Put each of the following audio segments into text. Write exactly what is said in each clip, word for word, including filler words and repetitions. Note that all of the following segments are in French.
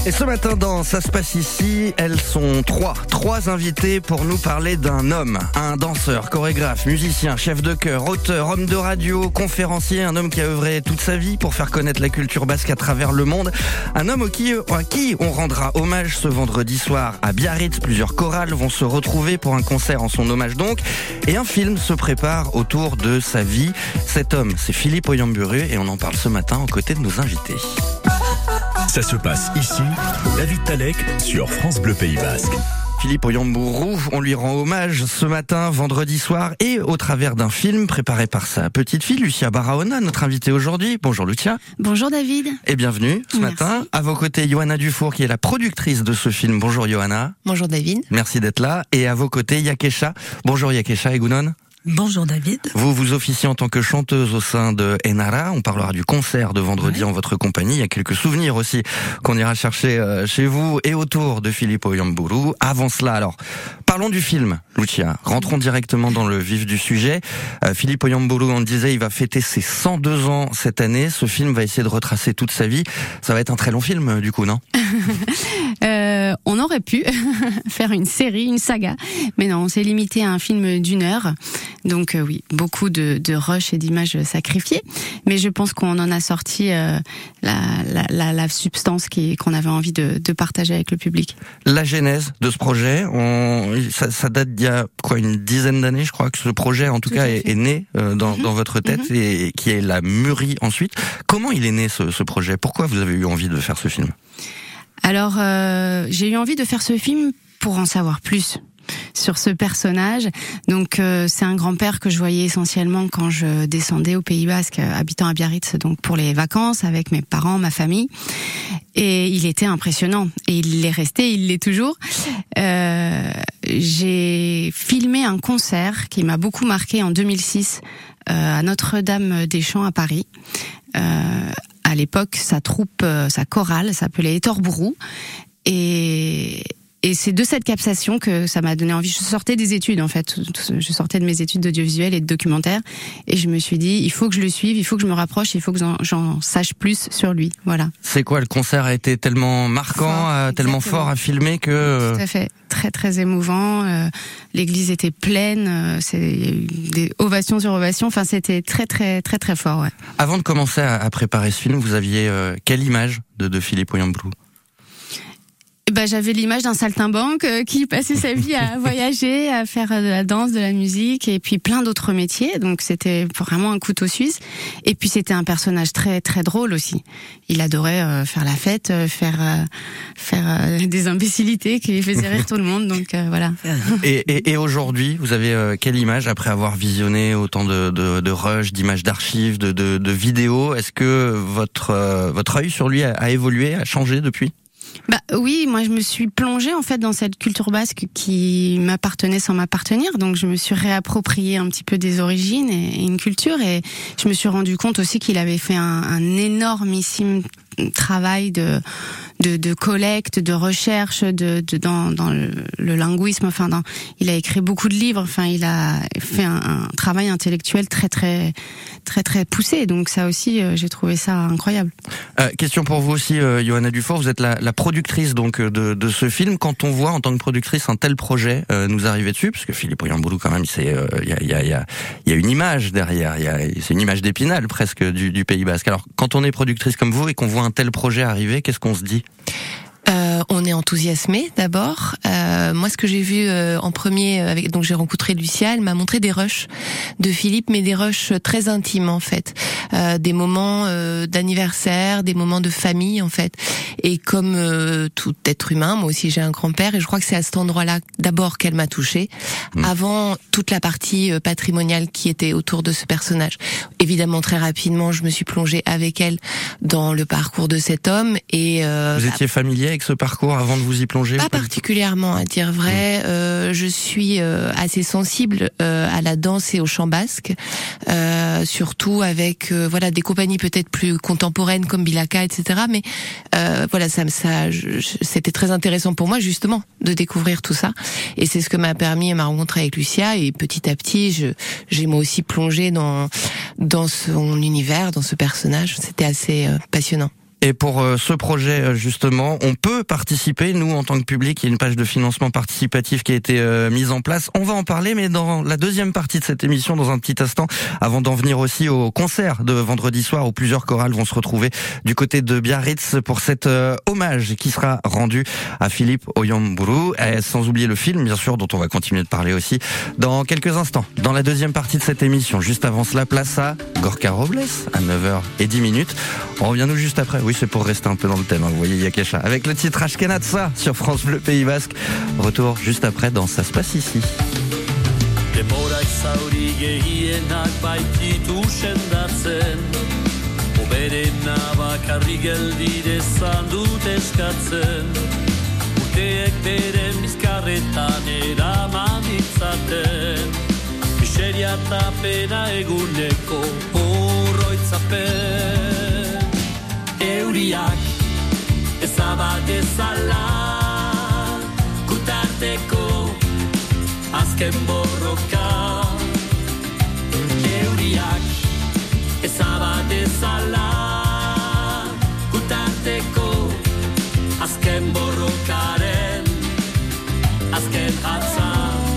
Et ce matin dans Ça se passe ici, elles sont trois. Trois invités pour nous parler d'un homme. Un danseur, chorégraphe, musicien, chef de chœur, auteur, homme de radio, conférencier. Un homme qui a œuvré toute sa vie pour faire connaître la culture basque à travers le monde. Un homme qui, à qui on rendra hommage ce vendredi soir à Biarritz. Plusieurs chorales vont se retrouver pour un concert en son hommage donc. Et un film se prépare autour de sa vie. Cet homme, c'est Philippe Oyamburu et on en parle ce matin aux côtés de nos invités. Ça se passe ici, David Talek sur France Bleu Pays Basque. Philippe Oyamburu, on lui rend hommage ce matin, vendredi soir, et au travers d'un film préparé par sa petite fille, Lucia Barahona, notre invitée aujourd'hui. Bonjour Lucia. Bonjour David. Et bienvenue ce Merci. matin. À vos côtés, Johanna Dufour, qui est la productrice de ce film. Bonjour Johanna. Bonjour David. Merci d'être là. Et à vos côtés, Yakesha. Bonjour Yakesha et Gounon. Bonjour David. Vous vous officiez en tant que chanteuse au sein de Enara. On parlera du concert de vendredi ouais. en votre compagnie. Il y a quelques souvenirs aussi qu'on ira chercher euh, chez vous et autour de Philippe Oyamburu. Avant cela, alors, parlons du film, Lucia. Rentrons directement dans le vif du sujet. Euh, Philippe Oyamburu, on le disait, il va fêter ses cent deux ans cette année. Ce film va essayer de retracer toute sa vie. Ça va être un très long film, du coup, non? euh, On aurait pu faire une série, une saga. Mais non, on s'est limité à un film d'une heure. Donc euh, oui, beaucoup de, de rush et d'images sacrifiées, mais je pense qu'on en a sorti euh, la, la, la, la substance qui, qu'on avait envie de, de partager avec le public. La genèse de ce projet, on, ça, ça date d'il y a quoi, une dizaine d'années, je crois que ce projet, en tout, tout cas, est, est né euh, dans, mm-hmm. dans votre tête mm-hmm. et, et qui est la mûri ensuite. Comment il est né ce, ce projet? Pourquoi vous avez eu envie de faire ce film? Alors, euh, j'ai eu envie de faire ce film pour en savoir plus sur ce personnage. Donc euh, c'est un grand-père que je voyais essentiellement quand je descendais au Pays Basque, habitant à Biarritz, donc pour les vacances avec mes parents, ma famille. Et il était impressionnant. Et il l'est resté, il l'est toujours. Euh, j'ai filmé un concert qui m'a beaucoup marqué en deux mille six euh, à Notre-Dame-des-Champs à Paris. Euh, à l'époque, sa troupe, sa chorale s'appelait Etorbourou. Et Et c'est de cette captation que ça m'a donné envie. Je sortais des études, en fait. Je sortais de mes études d'audiovisuel et de documentaire. Et je me suis dit, il faut que je le suive, il faut que je me rapproche, il faut que j'en, j'en sache plus sur lui. Voilà. C'est quoi, le concert a été tellement marquant, fort, euh, tellement fort à filmer que... Tout à fait. Très, très émouvant. Euh, l'église était pleine. Euh, c'est, il y a eu des ovations sur ovations. Enfin, c'était très, très, très, très fort, ouais. Avant de commencer à, à préparer ce film, vous aviez euh, quelle image de, de Philippe Oyamburu? Bah, j'avais l'image d'un saltimbanque euh, qui passait sa vie à voyager, à faire de la danse, de la musique et puis plein d'autres métiers. Donc c'était vraiment un couteau suisse. Et puis c'était un personnage très très drôle aussi. Il adorait euh, faire la fête, euh, faire euh, faire euh, des imbécilités qui faisaient rire tout le monde. Donc euh, voilà. Et, et, et aujourd'hui, vous avez euh, quelle image après avoir visionné autant de de, de rush, d'images d'archives, de, de de vidéos? Est-ce que votre euh, votre œil sur lui a, a évolué, a changé depuis? Bah oui, moi je me suis plongée en fait dans cette culture basque qui m'appartenait sans m'appartenir, donc je me suis réappropriée un petit peu des origines et, et une culture, et je me suis rendu compte aussi qu'il avait fait un, un énormissime travail de de, de collecte, de recherche, de, de dans, dans le, le linguisme. Enfin, dans, il a écrit beaucoup de livres. Enfin, il a fait un, un travail intellectuel très très très très poussé. Donc ça aussi, euh, j'ai trouvé ça incroyable. Euh, question pour vous aussi, euh, Johanna Dufour. Vous êtes la, la productrice donc de, de ce film. Quand on voit en tant que productrice un tel projet euh, nous arriver dessus, parce que Philippe Oyamburu quand même, c'est il y a il y a il y a il y a une image derrière. Il y a c'est une image d'Épinal presque du, du Pays Basque. Alors quand on est productrice comme vous et qu'on voit un tel projet arriver, qu'est-ce qu'on se dit? Euh, on est enthousiasmé d'abord. Euh, moi, ce que j'ai vu euh, en premier, avec, donc j'ai rencontré Lucia, elle m'a montré des rushs de Philippe, mais des rushs très intimes en fait, euh, des moments euh, d'anniversaire, des moments de famille en fait. Et comme euh, tout être humain, moi aussi j'ai un grand-père, et je crois que c'est à cet endroit-là d'abord qu'elle m'a touchée, mmh. avant toute la partie euh, patrimoniale qui était autour de ce personnage. Évidemment, très rapidement, je me suis plongée avec elle dans le parcours de cet homme. Et euh, vous étiez familier avec ce parcours avant de vous y plonger? Pas particulièrement, à dire vrai. Mmh. Euh, je suis euh, assez sensible euh, à la danse et au chant basque, euh, surtout avec euh, voilà des compagnies peut-être plus contemporaines comme Bilaka, et cetera. Mais euh, voilà, ça, ça, je, je, c'était très intéressant pour moi justement de découvrir tout ça. Et c'est ce que m'a permis ma rencontre avec Lucia. Et petit à petit, je, j'ai moi aussi plongé dans dans son univers, dans ce personnage. C'était assez euh, passionnant. Et pour euh, ce projet, justement, on peut participer, nous, en tant que public. Il y a une page de financement participatif qui a été euh, mise en place. On va en parler, mais dans la deuxième partie de cette émission, dans un petit instant, avant d'en venir aussi au concert de vendredi soir, où plusieurs chorales vont se retrouver du côté de Biarritz pour cet euh, hommage qui sera rendu à Philippe Oyamburu, et sans oublier le film, bien sûr, dont on va continuer de parler aussi dans quelques instants. Dans la deuxième partie de cette émission, juste avant cela, place à Gorka Robles, à neuf heures dix. On revient nous juste après. Oui, c'est pour rester un peu dans le thème, hein. Vous voyez Yakesha avec le titre Ashkenatza sur France Bleu Pays Basque. Retour juste après dans Ça se passe ici. Demorak zauri gehienak baititu sendatzen Oberena bakarri geldi dezan dut eskatzen Urteek beren bizkarretan eraman ditzaten Miseria eta pena eguneko horroitzapen Euriak ezabat ezala Kutarteko azken borroka Euriak ezabat ezala Kutarteko azken borrokaren azken hatza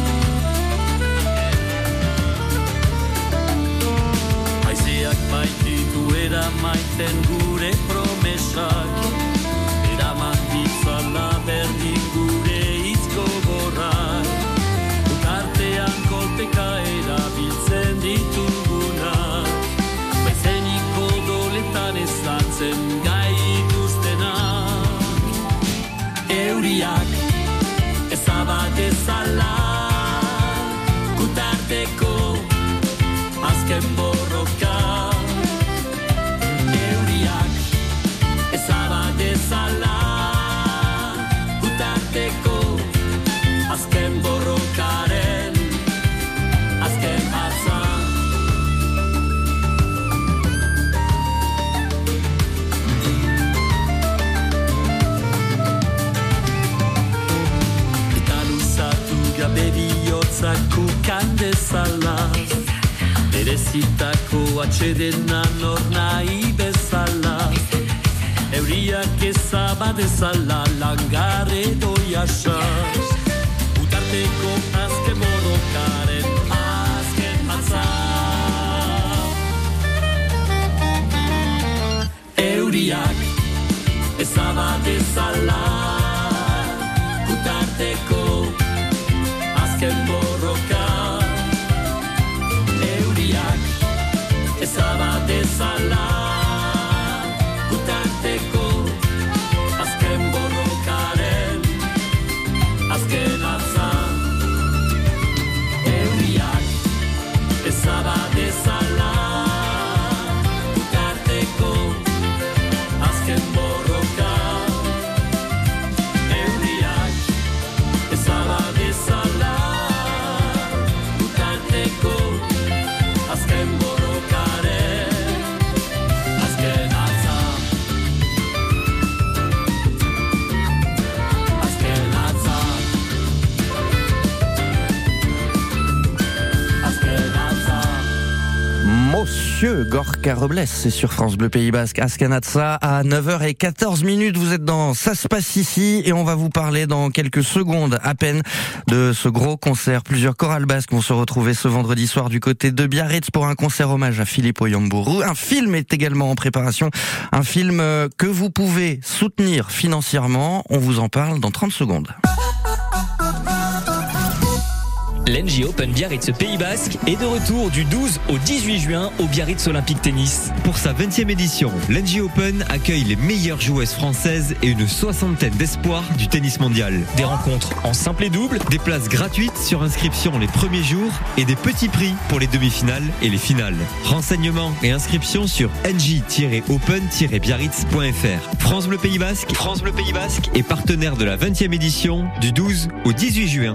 Haizeak baititu eramaiten gure promesak Eraman ditzala berdin gure izko borrak Utartean kolpeka erabiltzen ditugunak Baizeniko doletan ezatzen gai dituztenak Euriak ezabat ezala Kutarteko azken borroka Euriak ezabat ezala Kutarteko azken borrokaren azken hatza Eta luzatu gabe bihotzak ukan dezala Berezitako atxedena nor nahi bezala Euriak ezabat ezala langarre doiasaz Utarteko azken borrokaren azken hatza Euriak ezabat ezala Utarteko azken borroka Euriak ezabat ezala Utarteko azken borrokaren azken hatza Euriak ezabat ezala Utarteko azken borroka Euriak ezabat ezala Utarteko azken borrokaren azken hatza Azken hatza Azken hatza Monsieur Gorka Robles, c'est sur France Bleu Pays Basque. Ashkenatza à neuf heures quatorze. Vous êtes dans Ça se passe ici et on va vous parler dans quelques secondes à peine de ce gros concert. Plusieurs chorales basques vont se retrouver ce vendredi soir du côté de Biarritz pour un concert hommage à Philippe Oyamburu. Un film est également en préparation. Un film que vous pouvez soutenir financièrement. On vous en parle dans trente secondes. L'N J Open Biarritz Pays Basque est de retour du douze au dix-huit juin au Biarritz Olympique Tennis. Pour sa vingtième édition, l'N J Open accueille les meilleures joueuses françaises et une soixantaine d'espoirs du tennis mondial. Des rencontres en simple et double, Des places gratuites sur inscription les premiers jours et des petits prix pour les demi-finales et les finales. Renseignements et inscriptions sur n j tiret open tiret biarritz point f r. France Bleu Pays Basque, France Bleu Pays Basque est partenaire de la vingtième édition du douze au dix-huit juin.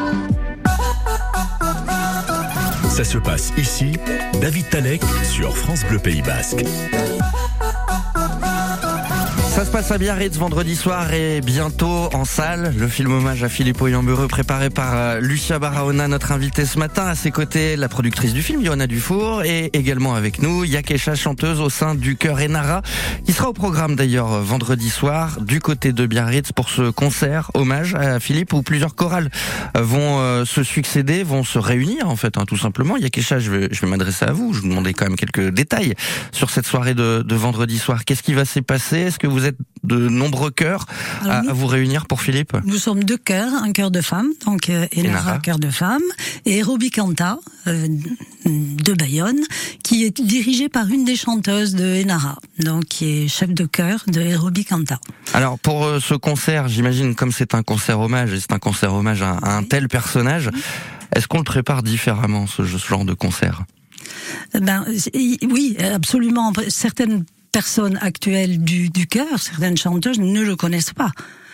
Ça se passe ici, David Talek sur France Bleu Pays Basque. Ça se passe à Biarritz vendredi soir et bientôt en salle. Le film hommage à Philippe Oyambureux préparé par euh, Lucia Barahona, notre invitée ce matin. À ses côtés, la productrice du film, Johanna Dufour, et également avec nous, Yakesha, chanteuse au sein du chœur Enara, qui sera au programme d'ailleurs euh, vendredi soir du côté de Biarritz pour ce concert hommage à Philippe où plusieurs chorales euh, vont euh, se succéder, vont se réunir en fait, hein, tout simplement. Yakesha, je vais, je vais m'adresser à vous. Je vous demandais quand même quelques détails sur cette soirée de, de vendredi soir. Qu'est-ce qui va s'y passer? Est-ce que vous êtes de nombreux chœurs à, nous, à vous réunir pour Philippe? Nous sommes deux chœurs, un chœur de femmes, donc euh, Enara, chœur de femmes, et Roby Canta euh, de Bayonne, qui est dirigé par une des chanteuses de Enara, donc qui est chef de chœur de Roby Canta. Alors pour euh, ce concert, j'imagine comme c'est un concert hommage, et c'est un concert hommage à, à un tel personnage, est-ce qu'on le prépare différemment ce, ce genre de concert? Ben oui, absolument. Certaines personnes actuelles du, du chœur, certaines chanteuses ne le connaissent pas.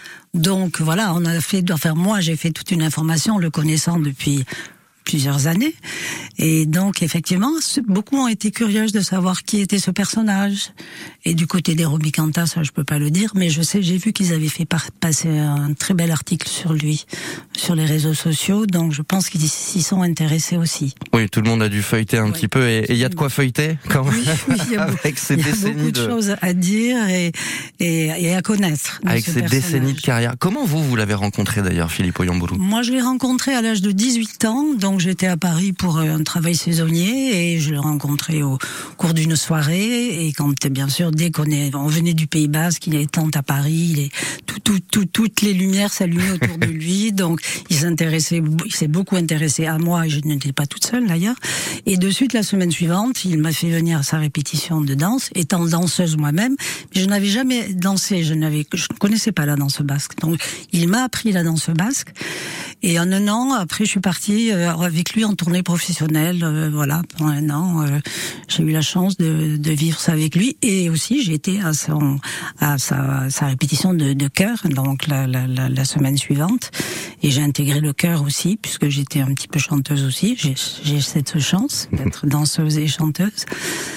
Donc voilà, on a fait, enfin moi j'ai fait toute une information le connaissant depuis plusieurs années. Et donc, effectivement, beaucoup ont été curieuses de savoir qui était ce personnage. Et du côté des Roby Canta, ça, je peux pas le dire, mais je sais, j'ai vu qu'ils avaient fait passer un très bel article sur lui, sur les réseaux sociaux, donc je pense qu'ils s'y sont intéressés aussi. Oui, tout le monde a dû feuilleter un oui. petit peu, et il y a de quoi feuilleter, quand même. Oui, oui, il y a, avec ces y a décennies beaucoup de, de choses à dire et, et, et à connaître. Avec ce ces personnage. décennies de carrière. Comment vous, vous l'avez rencontré d'ailleurs, Philippe Oyambureux? Moi, je l'ai rencontré à l'âge de dix-huit ans, donc j'étais à Paris pour un travail saisonnier et je l'ai rencontré au cours d'une soirée. Et quand, bien sûr, dès qu'on est, on venait du Pays Basque, il est tant à Paris, il est, tout, tout, tout, toutes les lumières s'allumaient autour de lui. Donc, il s'intéressait, il s'est beaucoup intéressé à moi et je n'étais pas toute seule d'ailleurs. Et de suite, la semaine suivante, il m'a fait venir à sa répétition de danse, étant danseuse moi-même. Mais je n'avais jamais dansé, je n'avais, je ne connaissais pas la danse basque. Donc, il m'a appris la danse basque. Et en un an, après, je suis partie avec lui en tournée professionnelle. Euh, voilà, pendant un an, euh, j'ai eu la chance de, de vivre ça avec lui. Et aussi, j'ai été à, son, à sa, sa répétition de, de chœur, donc la, la, la, la semaine suivante. Et j'ai intégré le chœur aussi, puisque j'étais un petit peu chanteuse aussi. J'ai, j'ai cette chance d'être danseuse et chanteuse.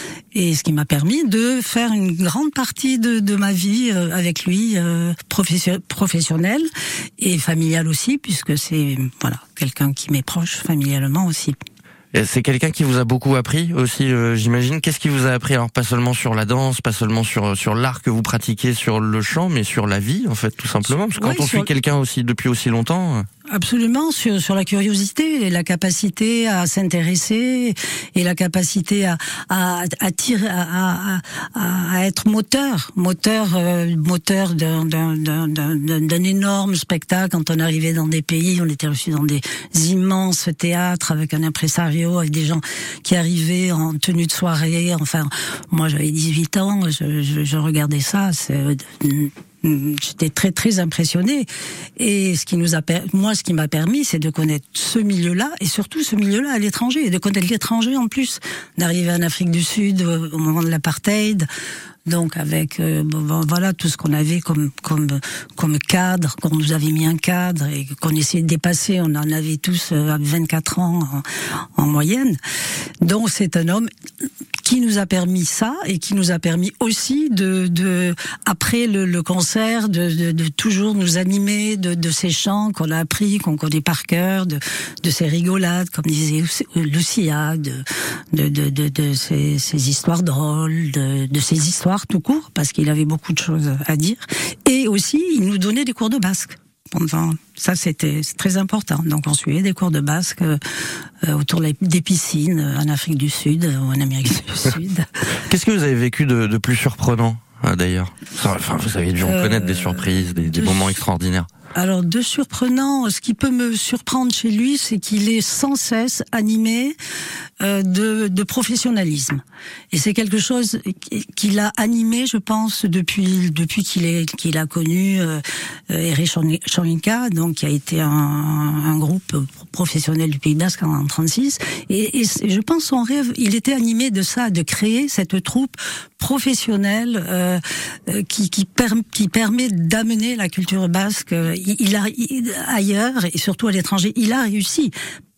Et ce qui m'a permis de faire une grande partie de, de ma vie euh, avec lui, euh, profession, professionnelle et familiale aussi, puisque c'est voilà quelqu'un qui m'est proche familialement aussi. Et c'est quelqu'un qui vous a beaucoup appris aussi, euh, j'imagine. Qu'est-ce qui vous a appris? Alors pas seulement sur la danse, pas seulement sur sur l'art que vous pratiquez, sur le chant, mais sur la vie en fait, tout simplement. Parce que quand oui, on suit quelqu'un aussi depuis aussi longtemps. Absolument, sur, sur la curiosité et la capacité à s'intéresser et la capacité à, à, à tirer, à, à, à être moteur, moteur, euh, moteur d'un, d'un, d'un, d'un, d'un énorme spectacle. Quand on arrivait dans des pays, on était reçus dans des immenses théâtres avec un impresario, avec des gens qui arrivaient en tenue de soirée. Enfin, moi j'avais dix-huit ans, je, je, je regardais ça, c'est... J'étais très très impressionnée et ce qui nous a per... moi ce qui m'a permis c'est de connaître ce milieu-là et surtout ce milieu-là à l'étranger et de connaître l'étranger en plus, d'arriver en Afrique du Sud au moment de l'apartheid. Donc avec euh, voilà tout ce qu'on avait comme comme comme cadre, qu'on nous avait mis un cadre et qu'on essayait de dépasser. On en avait tous euh, à vingt-quatre ans en, en moyenne. Donc c'est un homme qui nous a permis ça et qui nous a permis aussi de, de après le, le concert, de, de, de toujours nous animer de, de ces chants qu'on a appris, qu'on connaît par cœur, de, de ces rigolades, comme disait Lucia, de, de, de, de, de ces, ces histoires drôles, de, de ces histoires tout court, parce qu'il avait beaucoup de choses à dire. Et aussi, il nous donnait des cours de basque. Pendant, ça c'était très important. Donc on suivait des cours de basque euh, autour des piscines en Afrique du Sud ou en Amérique du Sud. Qu'est-ce que vous avez vécu de, de plus surprenant d'ailleurs? Enfin, vous avez dû en euh, connaître des surprises, des, des moments extraordinaires. Alors, de surprenant, ce qui peut me surprendre chez lui, c'est qu'il est sans cesse animé euh, de, de professionnalisme. Et c'est quelque chose qu'il a animé, je pense, depuis depuis qu'il est qu'il a connu euh, Ere Soyinka, donc qui a été un, un groupe professionnel du Pays Basque en trente-six. Et, et je pense son rêve, il était animé de ça, de créer cette troupe professionnelle euh, qui qui, per, qui permet d'amener la culture basque. Il a il, ailleurs et surtout à l'étranger, il a réussi.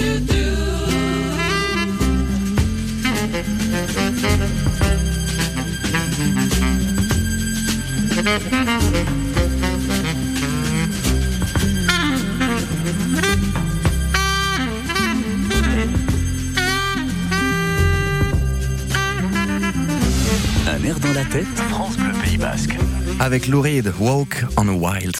Un air dans la tête, France Bleu Pays Basque. Avec Lou Reed, Walk on a Wild